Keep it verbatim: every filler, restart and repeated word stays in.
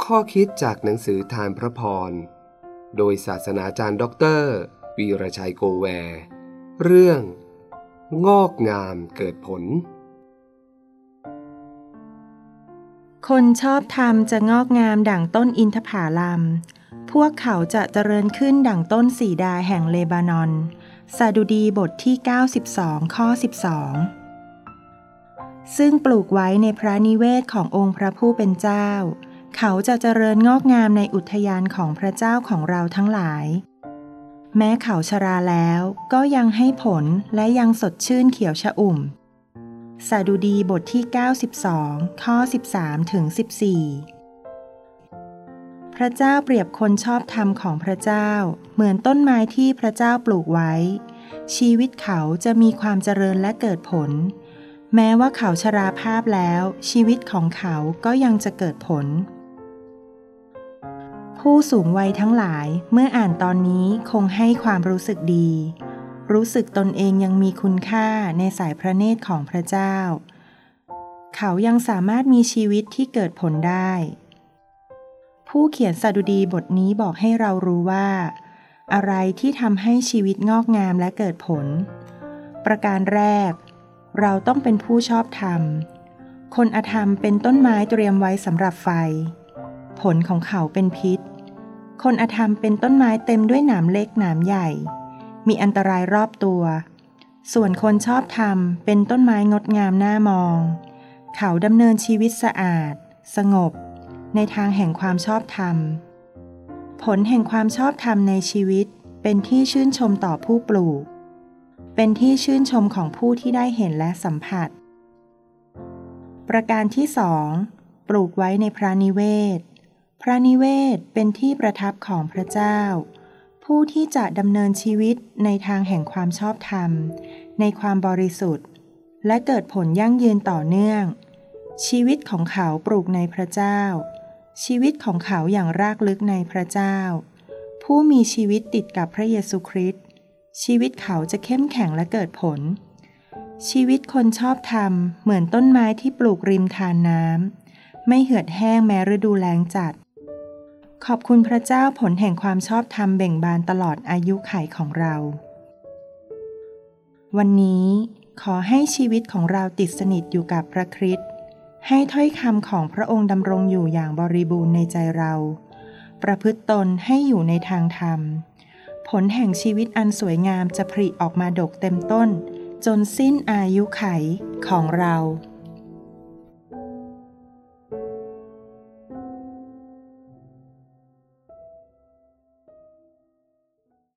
ข้อคิดจากหนังสือทานพระพรโดยศาสนาจารย์ด็อกเตอร์วีรชัยโกแวร์เรื่องงอกงามเกิดผลคนชอบธรรมจะงอกงามดั่งต้นอินทผลัมพวกเขาจะเจริญขึ้นดั่งต้นสีดาแห่งเลบานอนสดุดีบทที่เก้าสิบสองข้อสิบสองซึ่งปลูกไว้ในพระนิเวศขององค์พระผู้เป็นเจ้าเขาจะเจริญงอกงามในอุทยานของพระเจ้าของเราทั้งหลายแม้เขาชราแล้วก็ยังให้ผลและยังสดชื่นเขียวชอุ่มสดุดีบทที่เก้าสิบสองข้อสิบสามถึงสิบสี่พระเจ้าเปรียบคนชอบธรรมของพระเจ้าเหมือนต้นไม้ที่พระเจ้าปลูกไว้ชีวิตเขาจะมีความเจริญและเกิดผลแม้ว่าเขาชราภาพแล้วชีวิตของเขาก็ยังจะเกิดผลผู้สูงวัยทั้งหลายเมื่ออ่านตอนนี้คงให้ความรู้สึกดีรู้สึกตนเองยังมีคุณค่าในสายพระเนตรของพระเจ้าเขายังสามารถมีชีวิตที่เกิดผลได้ผู้เขียนสดุดีบทนี้บอกให้เรารู้ว่าอะไรที่ทำให้ชีวิตงอกงามและเกิดผลประการแรกเราต้องเป็นผู้ชอบธรรมคนอธรรมเป็นต้นไม้เตรียมไว้สำหรับไฟผลของเขาเป็นพิษคนอธรรมเป็นต้นไม้เต็มด้วยหนามเล็กหนามใหญ่มีอันตรายรอบตัวส่วนคนชอบธรรมเป็นต้นไม้งดงามน่ามองเขาดำเนินชีวิตสะอาดสงบในทางแห่งความชอบธรรมผลแห่งความชอบธรรมในชีวิตเป็นที่ชื่นชมต่อผู้ปลูกเป็นที่ชื่นชมของผู้ที่ได้เห็นและสัมผัสประการที่สองปลูกไว้ในพระนิเวศพระนิเวศเป็นที่ประทับของพระเจ้าผู้ที่จะดำเนินชีวิตในทางแห่งความชอบธรรมในความบริสุทธิ์และเกิดผลยั่งยืนต่อเนื่องชีวิตของเขาปลูกในพระเจ้าชีวิตของเขาอย่างรากลึกในพระเจ้าผู้มีชีวิตติดกับพระเยซูคริสต์ชีวิตเขาจะเข้มแข็งและเกิดผลชีวิตคนชอบธรรมเหมือนต้นไม้ที่ปลูกริมทานน้ำไม่เหือดแห้งแม้ฤดูแล้งจัดขอบคุณพระเจ้าผลแห่งความชอบธรรมเบ่งบานตลอดอายุขัยของเราวันนี้ขอให้ชีวิตของเราติดสนิทอยู่กับพระคริสต์ให้ถ้อยคำของพระองค์ดำรงอยู่อย่างบริบูรณ์ในใจเราประพฤติตนให้อยู่ในทางธรรมผลแห่งชีวิตอันสวยงามจะผลิออกมาดกเต็มต้นจนสิ้นอายุขัยของเรา